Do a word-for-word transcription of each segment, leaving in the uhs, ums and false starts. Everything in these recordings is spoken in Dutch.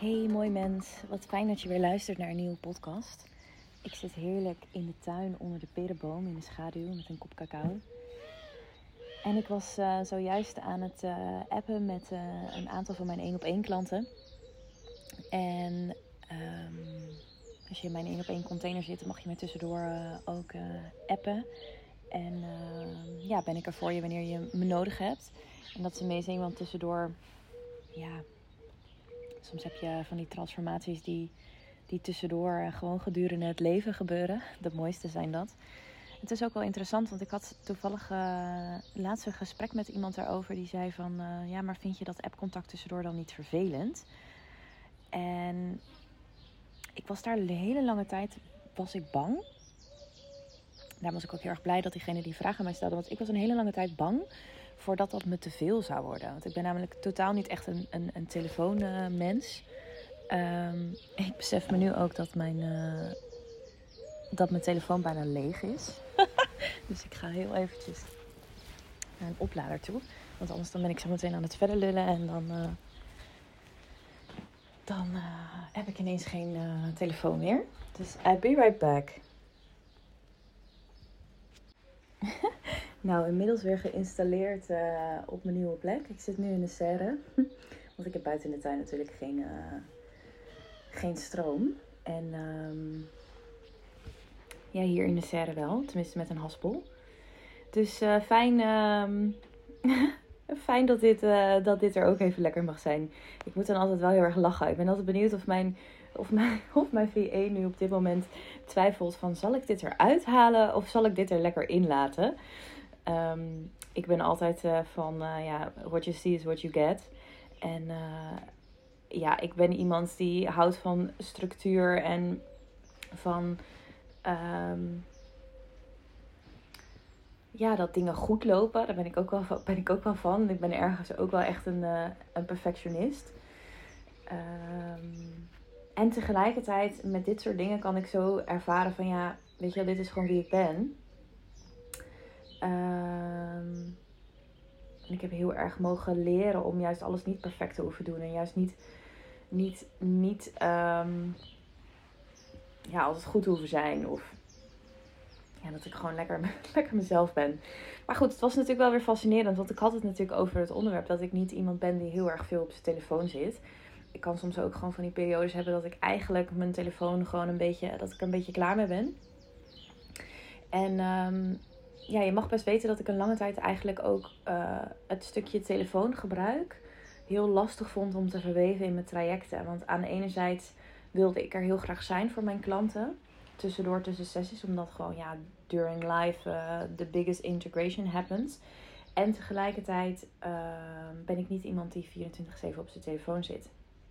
Hey mooi mens, wat fijn dat je weer luistert naar een nieuwe podcast. Ik zit heerlijk in de tuin onder de perenboom in de schaduw met een kop cacao. En ik was uh, zojuist aan het uh, appen met uh, een aantal van mijn één op één klanten. En um, als je in mijn één op één container zit, dan mag je me tussendoor uh, ook uh, appen. En uh, ja, ben ik er voor je wanneer je me nodig hebt. En dat is amazing, want tussendoor, ja... Soms heb je van die transformaties die, die tussendoor gewoon gedurende het leven gebeuren. De mooiste zijn dat. Het is ook wel interessant, want ik had toevallig uh, laatst een gesprek met iemand daarover. Die zei van, uh, ja, maar vind je dat appcontact tussendoor dan niet vervelend? En ik was daar de hele lange tijd, was ik bang. Daar was ik ook heel erg blij dat diegene die vraag aan mij stelde. Want ik was een hele lange tijd bang voordat dat me te veel zou worden. Want ik ben namelijk totaal niet echt een, een, een telefoonmens. Uh, um, ik besef me nu ook dat mijn, uh, dat mijn telefoon bijna leeg is. Dus ik ga heel eventjes naar een oplader toe. Want anders dan ben ik zo meteen aan het verder lullen. En dan, uh, dan uh, heb ik ineens geen uh, telefoon meer. Dus I'll be right back. Nou, inmiddels weer geïnstalleerd uh, op mijn nieuwe plek. Ik zit nu in de serre. Want ik heb buiten in de tuin natuurlijk geen, uh, geen stroom. En um, ja, hier in de serre wel. Tenminste met een haspel. Dus uh, fijn, uh, fijn dat, dit, uh, dat dit er ook even lekker mag zijn. Ik moet dan altijd wel heel erg lachen. Ik ben altijd benieuwd of mijn, of mijn, of mijn V één nu op dit moment twijfelt van... zal ik dit eruit halen of zal ik dit er lekker in laten? Um, ik ben altijd uh, van, uh, ja, what you see is what you get. En uh, ja, ik ben iemand die houdt van structuur en van, um, ja, dat dingen goed lopen. Daar ben ik ook wel van. Ben ik, ook wel van. Ik ben ergens ook wel echt een, uh, een perfectionist. Um, en tegelijkertijd met dit soort dingen kan ik zo ervaren van, ja, weet je wel, dit is gewoon wie ik ben. Um, en ik heb heel erg mogen leren om juist alles niet perfect te hoeven doen. En juist niet, niet, niet um, ja, altijd goed hoeven zijn. Of ja, dat ik gewoon lekker, lekker mezelf ben. Maar goed, het was natuurlijk wel weer fascinerend. Want ik had het natuurlijk over het onderwerp dat ik niet iemand ben die heel erg veel op zijn telefoon zit. Ik kan soms ook gewoon van die periodes hebben dat ik eigenlijk mijn telefoon gewoon een beetje, dat ik er een beetje klaar mee ben. En um, ja, je mag best weten dat ik een lange tijd eigenlijk ook uh, het stukje telefoongebruik heel lastig vond om te verweven in mijn trajecten. Want aan de ene zijde wilde ik er heel graag zijn voor mijn klanten. Tussendoor tussen sessies, omdat gewoon ja, during life uh, the biggest integration happens. En tegelijkertijd uh, ben ik niet iemand die vierentwintig zeven op zijn telefoon zit.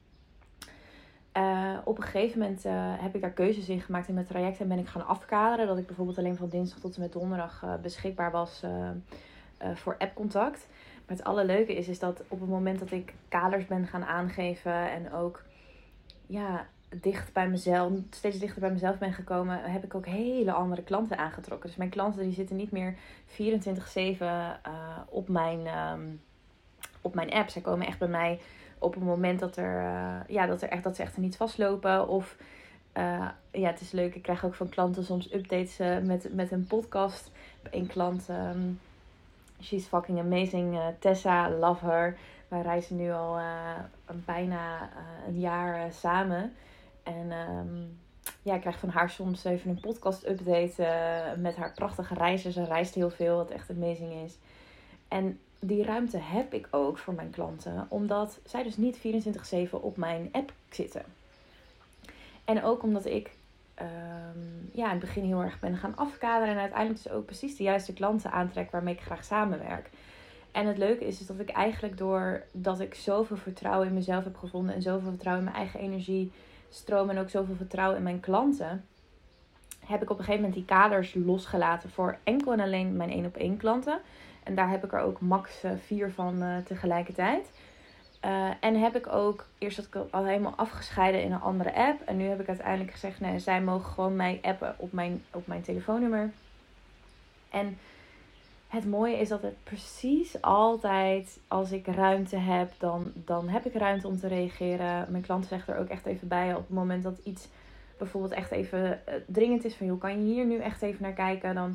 Uh, op een gegeven moment uh, heb ik daar keuzes in gemaakt in mijn traject en ben ik gaan afkaderen. Dat ik bijvoorbeeld alleen van dinsdag tot en met donderdag uh, beschikbaar was uh, uh, voor appcontact. Maar het allerleuke is, is dat op het moment dat ik kaders ben gaan aangeven en ook ja, dicht bij mezelf, steeds dichter bij mezelf ben gekomen, heb ik ook hele andere klanten aangetrokken. Dus mijn klanten die zitten niet meer vierentwintig zeven uh, op, mijn, um, op mijn app. Zij komen echt bij mij op het moment dat, er, uh, ja, dat, er echt, dat ze echt er niet vastlopen. Of uh, ja, het is leuk. Ik krijg ook van klanten soms updates uh, met, met een podcast. Eén klant, um, she's fucking amazing. Uh, Tessa, love her. Wij reizen nu al uh, bijna uh, een jaar uh, samen. En um, ja, ik krijg van haar soms even een podcast update uh, met haar prachtige reizen. Ze reist heel veel, wat echt amazing is. En die ruimte heb ik ook voor mijn klanten. Omdat zij dus niet vierentwintig zeven op mijn app zitten. En ook omdat ik um, ja, in het begin heel erg ben gaan afkaderen. En uiteindelijk dus ook precies de juiste klanten aantrek waarmee ik graag samenwerk. En het leuke is, is dat ik eigenlijk doordat ik zoveel vertrouwen in mezelf heb gevonden. En zoveel vertrouwen in mijn eigen energiestroom. En ook zoveel vertrouwen in mijn klanten. Heb ik op een gegeven moment die kaders losgelaten voor enkel en alleen mijn één op één klanten. En daar heb ik er ook max uh, vier van uh, tegelijkertijd. Uh, en heb ik ook, eerst had ik al helemaal afgescheiden in een andere app. En nu heb ik uiteindelijk gezegd, nee, zij mogen gewoon mij appen op mijn, op mijn telefoonnummer. En het mooie is dat het precies altijd, als ik ruimte heb, dan, dan heb ik ruimte om te reageren. Mijn klant zegt er ook echt even bij op het moment dat iets bijvoorbeeld echt even uh, dringend is. Van joh, kan je hier nu echt even naar kijken? Dan,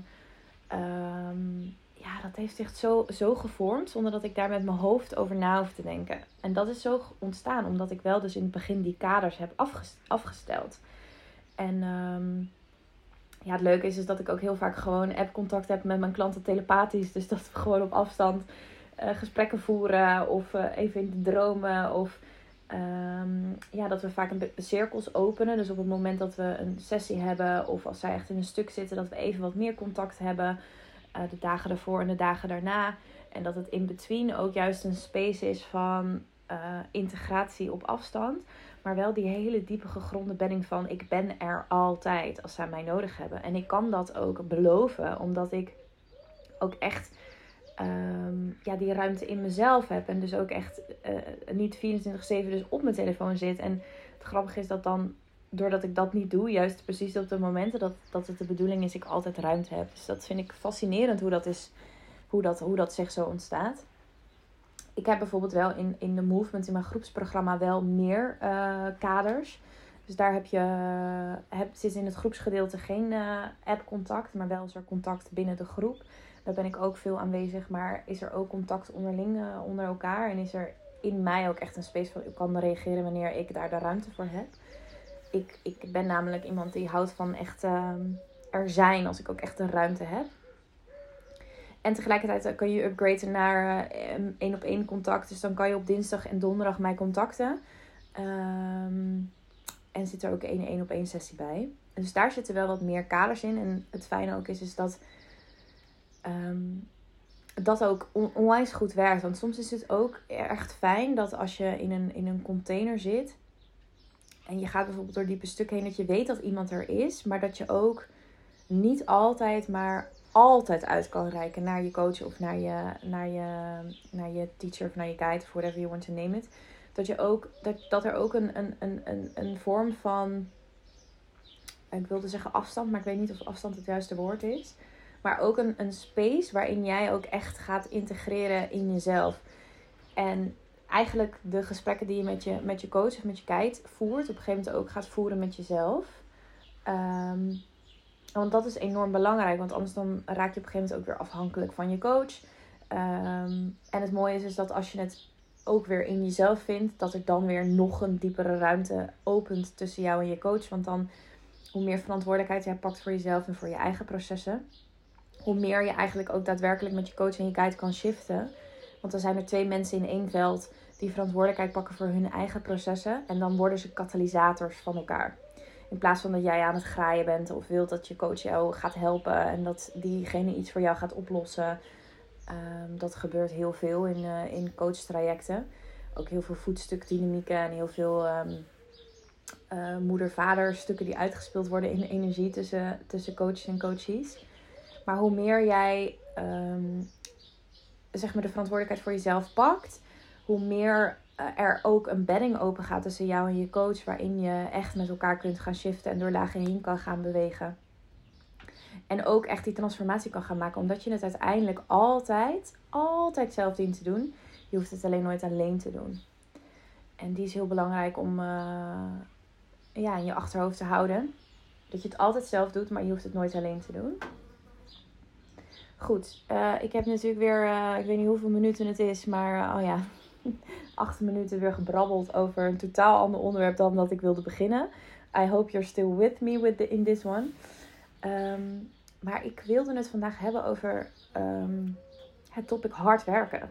um, ja, dat heeft zich zo, zo gevormd, zonder dat ik daar met mijn hoofd over na hoef te denken. En dat is zo ontstaan, omdat ik wel dus in het begin die kaders heb afgest- afgesteld. En um, ja, het leuke is, is dat ik ook heel vaak gewoon app-contact heb met mijn klanten telepathisch. Dus dat we gewoon op afstand uh, gesprekken voeren of uh, even in de dromen. Of um, ja, dat we vaak een beetje cirkels openen. Dus op het moment dat we een sessie hebben of als zij echt in een stuk zitten, dat we even wat meer contact hebben. Uh, de dagen ervoor en de dagen daarna. En dat het in between ook juist een space is van uh, integratie op afstand. Maar wel die hele diepe gegronde bedding van ik ben er altijd als zij mij nodig hebben. En ik kan dat ook beloven. Omdat ik ook echt um, ja, die ruimte in mezelf heb. En dus ook echt uh, niet vierentwintig zeven dus op mijn telefoon zit. En het grappige is dat dan, doordat ik dat niet doe, juist precies op de momenten dat, dat het de bedoeling is, ik altijd ruimte heb. Dus dat vind ik fascinerend hoe dat, is, hoe dat, hoe dat zich zo ontstaat. Ik heb bijvoorbeeld wel in, in de movement, in mijn groepsprogramma, wel meer uh, kaders. Dus daar heb je, heb, zit in het groepsgedeelte geen uh, app-contact, maar wel is er contact binnen de groep. Daar ben ik ook veel aanwezig, maar is er ook contact onderling uh, onder elkaar. En is er in mij ook echt een space van, ik kan reageren wanneer ik daar de ruimte voor heb. Ik, ik ben namelijk iemand die houdt van echt uh, er zijn als ik ook echt de ruimte heb. En tegelijkertijd kan je upgraden naar één op één contact. Dus dan kan je op dinsdag en donderdag mij contacten. Um, en zit er ook een één op één sessie bij. En dus daar zitten wel wat meer kaders in. En het fijne ook is, is dat um, dat ook on- onwijs goed werkt. Want soms is het ook echt fijn dat als je in een, in een container zit. En je gaat bijvoorbeeld door diepe stukken heen. Dat je weet dat iemand er is. Maar dat je ook niet altijd maar altijd uit kan reiken naar je coach of naar je, naar je, naar je teacher of naar je guide of whatever you want to name it. Dat, je ook, dat, dat er ook een, een, een, een, een vorm van, ik wilde zeggen afstand, maar ik weet niet of afstand het juiste woord is. Maar ook een, een space waarin jij ook echt gaat integreren in jezelf. En eigenlijk de gesprekken die je met je, met je coach of met je guide voert, op een gegeven moment ook gaat voeren met jezelf. Um, Want dat is enorm belangrijk. Want anders dan raak je op een gegeven moment ook weer afhankelijk van je coach. Um, en het mooie is, is dat als je het ook weer in jezelf vindt, dat er dan weer nog een diepere ruimte opent tussen jou en je coach. Want dan, hoe meer verantwoordelijkheid jij pakt voor jezelf en voor je eigen processen, hoe meer je eigenlijk ook daadwerkelijk met je coach en je guide kan shiften. Want dan zijn er twee mensen in één veld die verantwoordelijkheid pakken voor hun eigen processen. En dan worden ze katalysators van elkaar. In plaats van dat jij aan het graaien bent of wilt dat je coach jou gaat helpen en dat diegene iets voor jou gaat oplossen. Um, dat gebeurt heel veel in, uh, in coachtrajecten. Ook heel veel voetstukdynamieken en heel veel um, uh, moeder-vader stukken die uitgespeeld worden in de energie tussen, tussen coaches en coaches. Maar hoe meer jij um, zeg maar de verantwoordelijkheid voor jezelf pakt, hoe meer er ook een bedding open gaat tussen jou en je coach, waarin je echt met elkaar kunt gaan shiften en door lagen heen kan gaan bewegen. En ook echt die transformatie kan gaan maken, omdat je het uiteindelijk altijd, altijd zelf dient te doen. Je hoeft het alleen nooit alleen te doen. En die is heel belangrijk om uh, ja, in je achterhoofd te houden. Dat je het altijd zelf doet, maar je hoeft het nooit alleen te doen. Goed, uh, ik heb natuurlijk weer, uh, ik weet niet hoeveel minuten het is, maar uh, oh ja... acht minuten weer gebrabbeld over een totaal ander onderwerp dan dat ik wilde beginnen. I hope you're still with me with the, in this one. Um, maar ik wilde het vandaag hebben over um, het topic hard werken.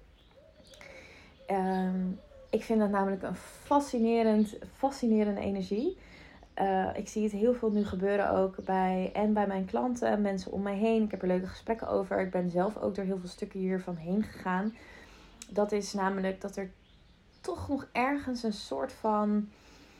Um, ik vind dat namelijk een fascinerend, fascinerende energie. Uh, ik zie het heel veel nu gebeuren ook bij, en bij mijn klanten, mensen om mij heen. Ik heb er leuke gesprekken over. Ik ben zelf ook door heel veel stukken hiervan heen gegaan. Dat is namelijk dat er toch nog ergens een soort van...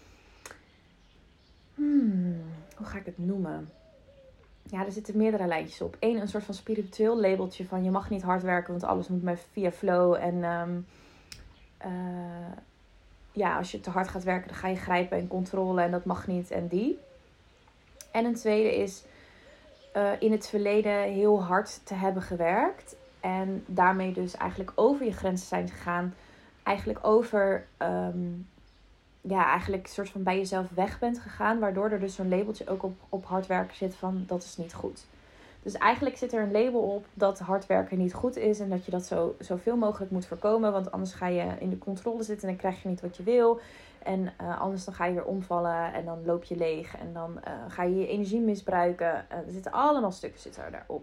Hmm, hoe ga ik het noemen? Ja, er zitten meerdere lijntjes op. Eén, een soort van spiritueel labeltje van je mag niet hard werken, want alles moet maar via flow. En um, uh, ja, als je te hard gaat werken, dan ga je grijpen en controle en dat mag niet en die. En een tweede is uh, in het verleden heel hard te hebben gewerkt. En daarmee dus eigenlijk over je grenzen zijn gegaan. Eigenlijk over, um, ja, eigenlijk een soort van bij jezelf weg bent gegaan. Waardoor er dus zo'n labeltje ook op, op hard werken zit van dat is niet goed. Dus eigenlijk zit er een label op dat hard werken niet goed is. En dat je dat zo, zoveel mogelijk moet voorkomen. Want anders ga je in de controle zitten en dan krijg je niet wat je wil. En uh, anders dan ga je weer omvallen en dan loop je leeg. En dan uh, ga je je energie misbruiken. Uh, er zitten allemaal stukken zitten er daarop.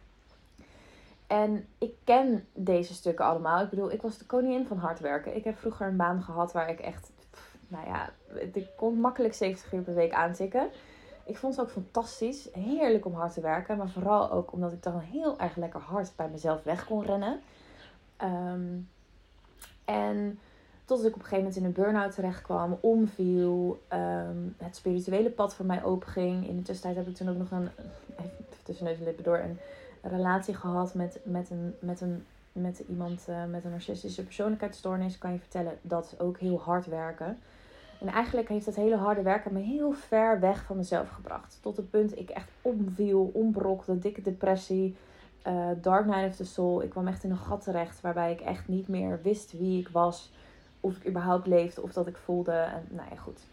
En ik ken deze stukken allemaal. Ik bedoel, ik was de koningin van hard werken. Ik heb vroeger een baan gehad waar ik echt, pff, nou ja, ik kon makkelijk zeventig uur per week aantikken. Ik vond het ook fantastisch. Heerlijk om hard te werken. Maar vooral ook omdat ik dan heel erg lekker hard bij mezelf weg kon rennen. Um, en tot ik op een gegeven moment in een burn-out terecht kwam. Omviel. Um, het spirituele pad voor mij openging. In de tussentijd heb ik toen ook nog een, even tussen neus en lippen door, een relatie gehad met, met, een, met, een, met iemand uh, met een narcistische persoonlijkheidsstoornis. Kan je vertellen, dat is ook heel hard werken. En eigenlijk heeft dat hele harde werken me heel ver weg van mezelf gebracht. Tot het punt ik echt omviel, ombrokte, dikke depressie, uh, dark night of the soul. Ik kwam echt in een gat terecht waarbij ik echt niet meer wist wie ik was. Of ik überhaupt leefde of dat ik voelde. En nou ja, goed.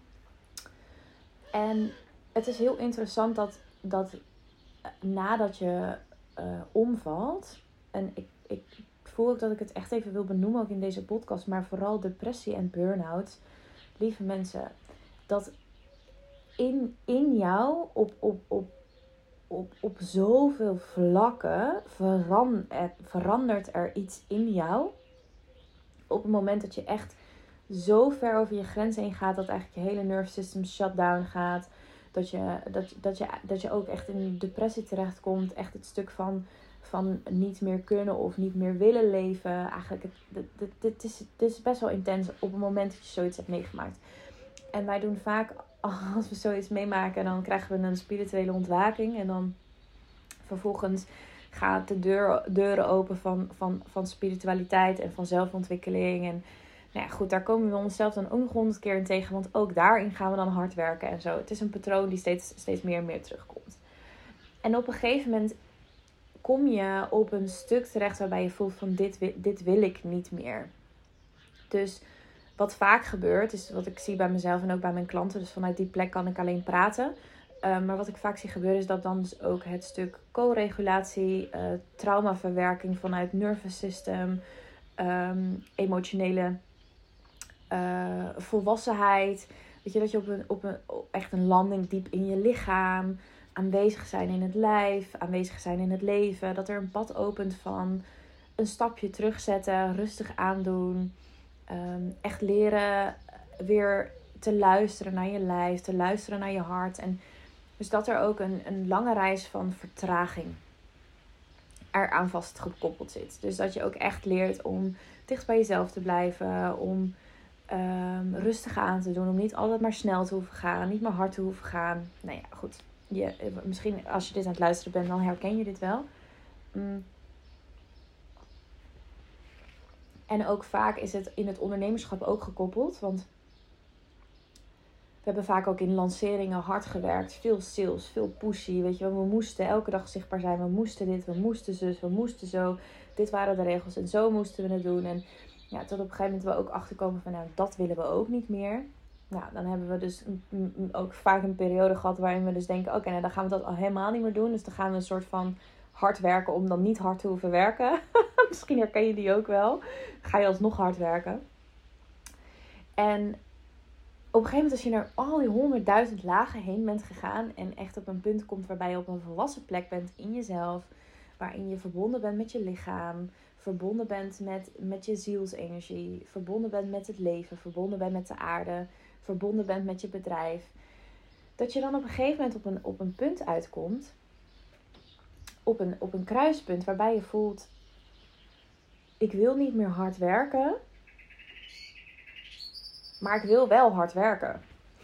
En het is heel interessant dat, dat nadat je uh, omvalt. En ik, ik voel ook dat ik het echt even wil benoemen ook in deze podcast. Maar vooral depressie en burn-out. Lieve mensen, dat in, in jou op, op, op, op, op zoveel vlakken verandert, verandert er iets in jou. Op het moment dat je echt zo ver over je grens heen gaat, dat eigenlijk je hele nerve system shutdown gaat. Dat je, dat, dat je, dat je ook echt in een depressie terechtkomt. Echt het stuk van, van niet meer kunnen of niet meer willen leven. Eigenlijk, het, het, het, het, is, het is best wel intens op het moment dat je zoiets hebt meegemaakt. En wij doen vaak, als we zoiets meemaken, dan krijgen we een spirituele ontwaking. En dan vervolgens gaat de deur, deuren open van, van, van spiritualiteit en van zelfontwikkeling. En nou ja, goed, daar komen we onszelf dan ook nog honderd keer in tegen. Want ook daarin gaan we dan hard werken en zo. Het is een patroon die steeds, steeds meer en meer terugkomt. En op een gegeven moment kom je op een stuk terecht waarbij je voelt van dit, dit wil ik niet meer. Dus wat vaak gebeurt, is wat ik zie bij mezelf en ook bij mijn klanten. Dus vanuit die plek kan ik alleen praten. Uh, maar wat ik vaak zie gebeuren is dat dan dus ook het stuk co-regulatie, uh, traumaverwerking vanuit nervous system, um, emotionele uh, volwassenheid. Weet je, dat je op een, op een op echt een landing diep in je lichaam, aanwezig zijn in het lijf, aanwezig zijn in het leven. Dat er een pad opent van een stapje terugzetten, rustig aandoen. Um, echt leren weer te luisteren naar je lijf, te luisteren naar je hart. En dus dat er ook een, een lange reis van vertraging eraan vastgekoppeld zit. Dus dat je ook echt leert om dicht bij jezelf te blijven. Om um, rustig aan te doen. Om niet altijd maar snel te hoeven gaan. Niet maar hard te hoeven gaan. Nou ja, goed. Je, misschien als je dit aan het luisteren bent, dan herken je dit wel. Mm. En ook vaak is het in het ondernemerschap ook gekoppeld. Want we hebben vaak ook in lanceringen hard gewerkt. Veel sales, veel pushy. Weet je wel, we moesten elke dag zichtbaar zijn. We moesten dit, we moesten zus, we moesten zo. Dit waren de regels en zo moesten we het doen. En ja, tot op een gegeven moment we ook achterkomen van, nou, dat willen we ook niet meer. Nou, dan hebben we dus ook vaak een periode gehad waarin we dus denken, oké, okay, nou dan gaan we dat al helemaal niet meer doen. Dus dan gaan we een soort van hard werken om dan niet hard te hoeven werken. Misschien herken je die ook wel. Ga je alsnog hard werken. En op een gegeven moment als je naar al die honderdduizend lagen heen bent gegaan en echt op een punt komt waarbij je op een volwassen plek bent in jezelf, waarin je verbonden bent met je lichaam, verbonden bent met, met je zielsenergie, verbonden bent met het leven, verbonden bent met de aarde, verbonden bent met je bedrijf, dat je dan op een gegeven moment op een, op een punt uitkomt, op een, op een kruispunt waarbij je voelt, ik wil niet meer hard werken, maar ik wil wel hard werken.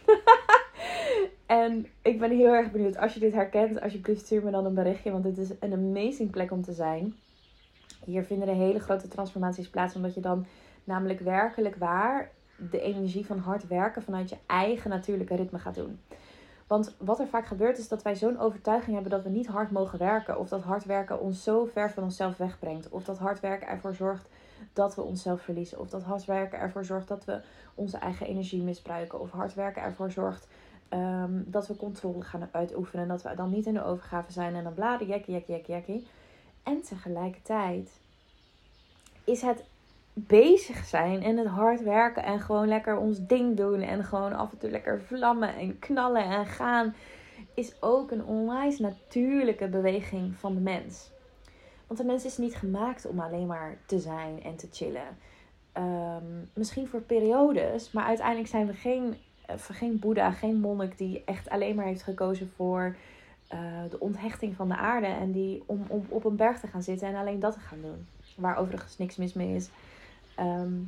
En ik ben heel erg benieuwd. Als je dit herkent, alsjeblieft stuur me dan een berichtje. Want dit is een amazing plek om te zijn. Hier vinden er hele grote transformaties plaats. Omdat je dan namelijk werkelijk waar de energie van hard werken vanuit je eigen natuurlijke ritme gaat doen. Want wat er vaak gebeurt is dat wij zo'n overtuiging hebben dat we niet hard mogen werken. Of dat hard werken ons zo ver van onszelf wegbrengt. Of dat hard werken ervoor zorgt dat we onszelf verliezen. Of dat hard werken ervoor zorgt dat we onze eigen energie misbruiken. Of hard werken ervoor zorgt um, dat we controle gaan uitoefenen. En dat we dan niet in de overgave zijn en dan bladen, jekkie, jekkie, jekkie, jekkie. En tegelijkertijd is het bezig zijn en het hard werken en gewoon lekker ons ding doen en gewoon af en toe lekker vlammen en knallen en gaan, is ook een onwijs natuurlijke beweging van de mens. Want de mens is niet gemaakt om alleen maar te zijn en te chillen. Um, misschien voor periodes, maar uiteindelijk zijn we geen, uh, geen Boeddha, geen monnik die echt alleen maar heeft gekozen voor uh, de onthechting van de aarde en die om, om op een berg te gaan zitten en alleen dat te gaan doen. Waar overigens niks mis mee is. Um,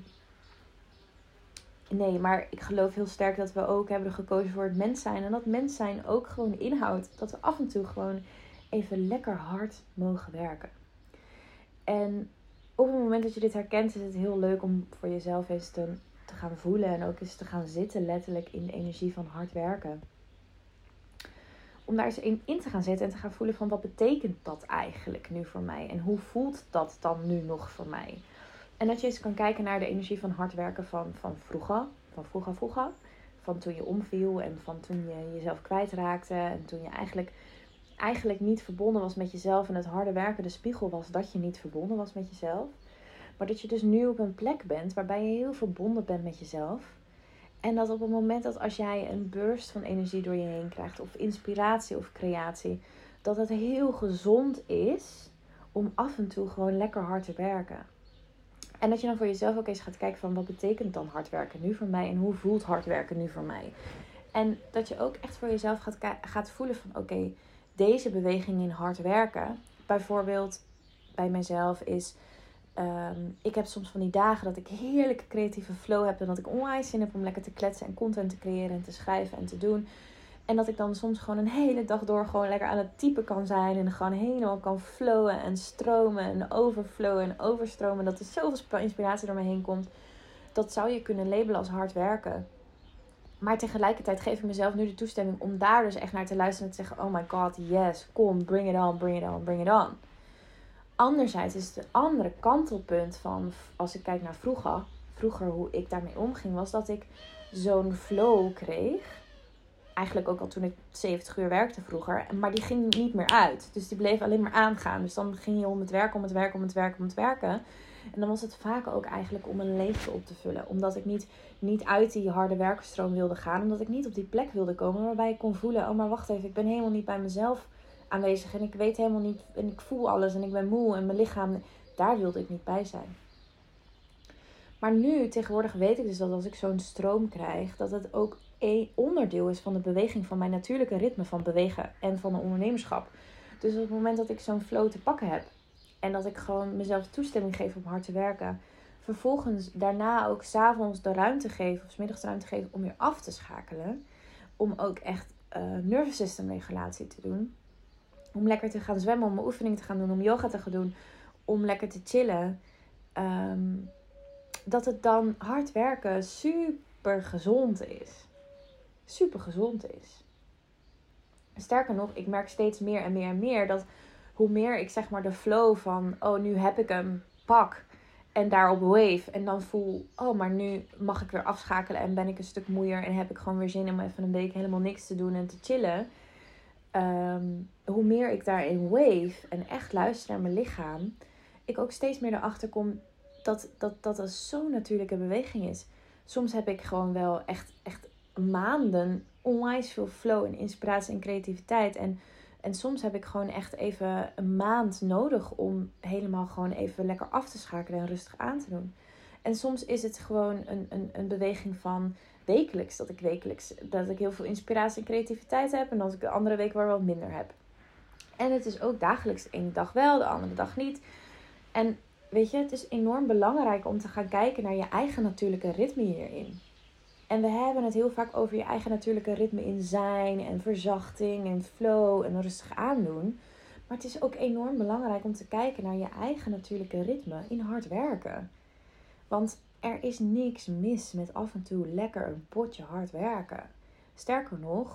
nee, maar ik geloof heel sterk dat we ook hebben gekozen voor het mens zijn. En dat mens zijn ook gewoon inhoudt dat we af en toe gewoon even lekker hard mogen werken. En op het moment dat je dit herkent, is het heel leuk om voor jezelf eens te, te gaan voelen. En ook eens te gaan zitten letterlijk in de energie van hard werken. Om daar eens in, in te gaan zitten en te gaan voelen van wat betekent dat eigenlijk nu voor mij? En hoe voelt dat dan nu nog voor mij? En dat je eens kan kijken naar de energie van hard werken van, van vroeger. Van vroeger, vroeger. Van toen je omviel en van toen je jezelf kwijtraakte. En toen je eigenlijk, eigenlijk niet verbonden was met jezelf. En het harde werken de spiegel was dat je niet verbonden was met jezelf. Maar dat je dus nu op een plek bent waarbij je heel verbonden bent met jezelf. En dat op het moment dat als jij een burst van energie door je heen krijgt. Of inspiratie of creatie. Dat het heel gezond is om af en toe gewoon lekker hard te werken. En dat je dan voor jezelf ook eens gaat kijken van wat betekent dan hard werken nu voor mij? En hoe voelt hard werken nu voor mij? En dat je ook echt voor jezelf gaat, gaat voelen van oké, okay, deze beweging in hard werken. Bijvoorbeeld bij mezelf is, um, ik heb soms van die dagen dat ik heerlijke creatieve flow heb. En dat ik onwijs zin heb om lekker te kletsen en content te creëren en te schrijven en te doen. En dat ik dan soms gewoon een hele dag door gewoon lekker aan het typen kan zijn. En gewoon helemaal kan flowen en stromen en overflowen en overstromen. Dat er zoveel inspiratie door me heen komt. Dat zou je kunnen labelen als hard werken. Maar tegelijkertijd geef ik mezelf nu de toestemming om daar dus echt naar te luisteren. En te zeggen, oh my god, yes, kom, bring it on, bring it on, bring it on. Anderzijds is het andere kantelpunt van, als ik kijk naar vroeger. Vroeger hoe ik daarmee omging, was dat ik zo'n flow kreeg. Eigenlijk ook al toen ik zeventig uur werkte vroeger. Maar die ging niet meer uit. Dus die bleef alleen maar aangaan. Dus dan ging je om het werken, om het werken, om het werken, om het werken. En dan was het vaak ook eigenlijk om een leegte op te vullen. Omdat ik niet, niet uit die harde werkstroom wilde gaan. Omdat ik niet op die plek wilde komen waarbij ik kon voelen. Oh, maar wacht even. Ik ben helemaal niet bij mezelf aanwezig. En ik weet helemaal niet. En ik voel alles. En ik ben moe. En mijn lichaam. Daar wilde ik niet bij zijn. Maar nu, tegenwoordig weet ik dus dat als ik zo'n stroom krijg. Dat het ook een onderdeel is van de beweging van mijn natuurlijke ritme van bewegen en van de ondernemerschap. Dus op het moment dat ik zo'n flow te pakken heb en dat ik gewoon mezelf toestemming geef om hard te werken, vervolgens daarna ook 's avonds de ruimte geven of 's middags de ruimte geven om weer af te schakelen, om ook echt uh, nervous system regulatie te doen, om lekker te gaan zwemmen, om mijn oefening te gaan doen, om yoga te gaan doen, om lekker te chillen, um, dat het dan hard werken super gezond is. Super gezond is. Sterker nog, ik merk steeds meer en meer en meer dat hoe meer ik zeg maar de flow van, oh nu heb ik hem, pak en daarop wave en dan voel, oh maar nu mag ik weer afschakelen en ben ik een stuk moeier en heb ik gewoon weer zin om even een week helemaal niks te doen en te chillen. Um, hoe meer ik daarin wave en echt luister naar mijn lichaam, ik ook steeds meer erachter kom dat dat, dat een zo'n natuurlijke beweging is. Soms heb ik gewoon wel echt, echt maanden onwijs veel flow en inspiratie en creativiteit. En, en soms heb ik gewoon echt even een maand nodig om helemaal gewoon even lekker af te schakelen en rustig aan te doen. En soms is het gewoon een, een, een beweging van wekelijks. Dat ik wekelijks dat ik heel veel inspiratie en creativiteit heb. En dat ik de andere week weer wat minder heb. En het is ook dagelijks. De ene dag wel, de andere dag niet. En weet je, het is enorm belangrijk om te gaan kijken naar je eigen natuurlijke ritme hierin. En we hebben het heel vaak over je eigen natuurlijke ritme in zijn en verzachting en flow en rustig aandoen. Maar het is ook enorm belangrijk om te kijken naar je eigen natuurlijke ritme in hard werken. Want er is niks mis met af en toe lekker een potje hard werken. Sterker nog,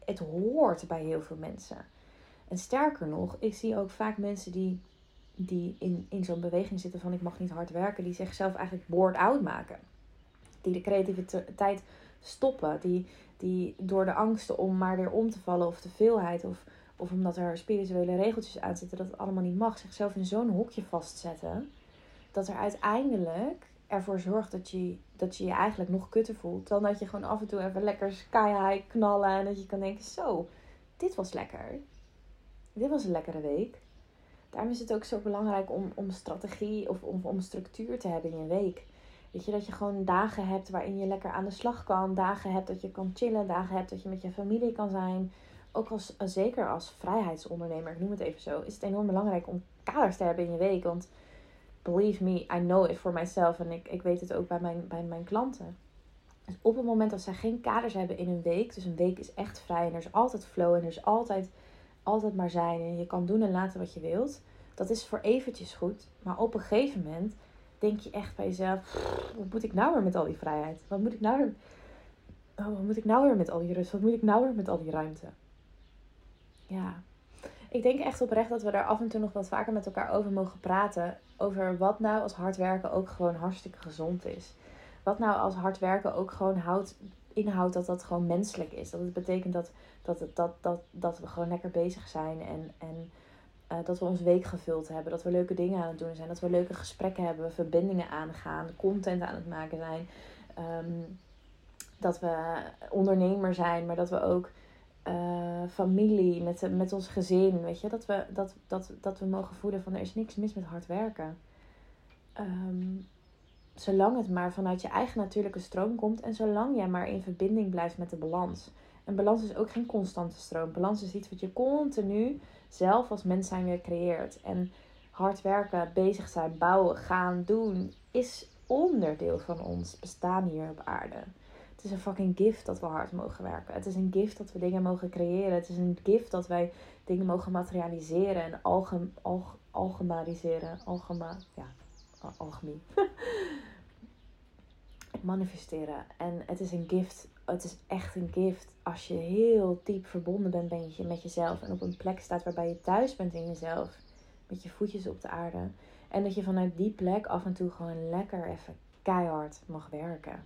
het hoort bij heel veel mensen. En sterker nog, ik zie ook vaak mensen die, die in, in zo'n beweging zitten van ik mag niet hard werken. Die zichzelf eigenlijk bored out maken. Die de creativiteit stoppen. Die, die door de angsten om maar weer om te vallen of te veelheid of, of omdat er spirituele regeltjes aan zitten dat het allemaal niet mag. Zichzelf in zo'n hokje vastzetten. Dat er uiteindelijk ervoor zorgt dat je, dat je je eigenlijk nog kutter voelt. Dan dat je gewoon af en toe even lekker sky high knallen. En dat je kan denken, zo, dit was lekker. Dit was een lekkere week. Daarom is het ook zo belangrijk om, om strategie of om, om structuur te hebben in je week. Weet je, dat je gewoon dagen hebt waarin je lekker aan de slag kan. Dagen hebt dat je kan chillen. Dagen hebt dat je met je familie kan zijn. Ook als, zeker als vrijheidsondernemer, ik noem het even zo, is het enorm belangrijk om kaders te hebben in je week. Want believe me, I know it for myself. En ik, ik weet het ook bij mijn, bij mijn klanten. Dus op het moment dat zij geen kaders hebben in hun week. Dus een week is echt vrij. En er is altijd flow. En er is altijd, altijd maar zijn. En je kan doen en laten wat je wilt. Dat is voor eventjes goed. Maar op een gegeven moment denk je echt bij jezelf. Wat moet ik nou weer met al die vrijheid? Wat moet ik nou weer, oh, wat moet ik nou weer met al die rust? Wat moet ik nou weer met al die ruimte? Ja. Ik denk echt oprecht dat we daar af en toe nog wat vaker met elkaar over mogen praten. Over wat nou als hard werken ook gewoon hartstikke gezond is. Wat nou als hard werken ook gewoon houdt, inhoudt dat dat gewoon menselijk is. Dat het betekent dat, dat, het, dat, dat, dat we gewoon lekker bezig zijn. En, en uh, dat we ons week gevuld hebben. Dat we leuke dingen aan het doen zijn. Dat we leuke gesprekken hebben. Verbindingen aangaan. Content aan het maken zijn. Um, dat we ondernemer zijn. Maar dat we ook Uh, familie, met, met ons gezin, weet je, dat we, dat, dat, dat we mogen voelen van er is niks mis met hard werken. Um, zolang het maar vanuit je eigen natuurlijke stroom komt en zolang jij maar in verbinding blijft met de balans. En balans is ook geen constante stroom. Balans is iets wat je continu zelf als mens zijn weer creëert. En hard werken, bezig zijn, bouwen, gaan, doen, is onderdeel van ons bestaan hier op aarde. Het is een fucking gift dat we hard mogen werken. Het is een gift dat we dingen mogen creëren. Het is een gift dat wij dingen mogen materialiseren en algem, alg, algemariseren. Algema, ja, alchemie. Manifesteren. En het is een gift. Het is echt een gift als je heel diep verbonden bent, bent je met jezelf. En op een plek staat waarbij je thuis bent in jezelf. Met je voetjes op de aarde. En dat je vanuit die plek af en toe gewoon lekker even keihard mag werken.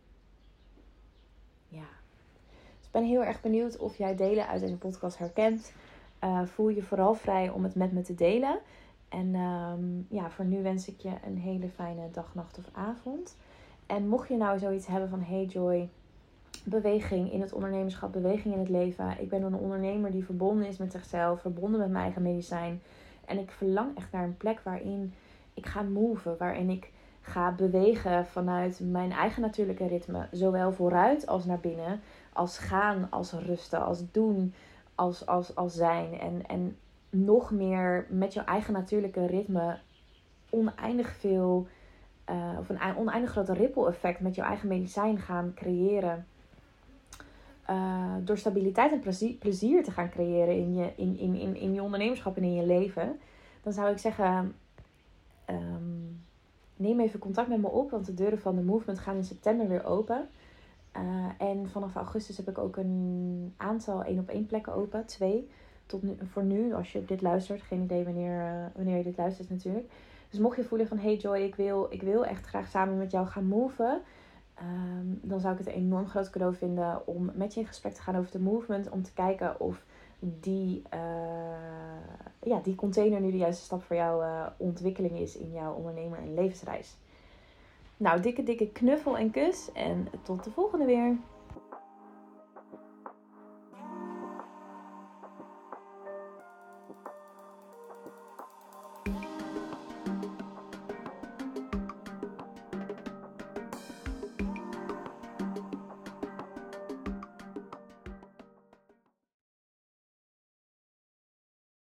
Ja. Dus ik ben heel erg benieuwd of jij delen uit deze podcast herkent. Uh, voel je vooral vrij om het met me te delen. En um, ja, voor nu wens ik je een hele fijne dag, nacht of avond. En mocht je nou zoiets hebben van hey Joy, beweging in het ondernemerschap, beweging in het leven. Ik ben een ondernemer die verbonden is met zichzelf, verbonden met mijn eigen medicijn. En ik verlang echt naar een plek waarin ik ga moven, waarin ik ga bewegen vanuit mijn eigen natuurlijke ritme. Zowel vooruit als naar binnen. Als gaan, als rusten, als doen, als, als, als zijn. En, en nog meer met jouw eigen natuurlijke ritme oneindig veel, uh, of een oneindig grote ripple effect met jouw eigen medicijn gaan creëren. Uh, door stabiliteit en plezier, plezier te gaan creëren in je, in, in, in, in je ondernemerschap en in je leven. Dan zou ik zeggen, Um, neem even contact met me op, want de deuren van de Movement gaan in september weer open. Uh, en vanaf augustus heb ik ook een aantal één op één plekken open. Twee. Tot nu, voor nu, als je dit luistert. Geen idee wanneer, uh, wanneer je dit luistert natuurlijk. Dus mocht je voelen van hey Joy, ik wil, ik wil echt graag samen met jou gaan moven. Um, dan zou ik het een enorm groot cadeau vinden om met je in gesprek te gaan over de Movement. Om te kijken of die, uh, ja, die container nu de juiste stap voor jouw uh, ontwikkeling is in jouw ondernemer- en levensreis. Nou, dikke dikke knuffel en kus en tot de volgende weer.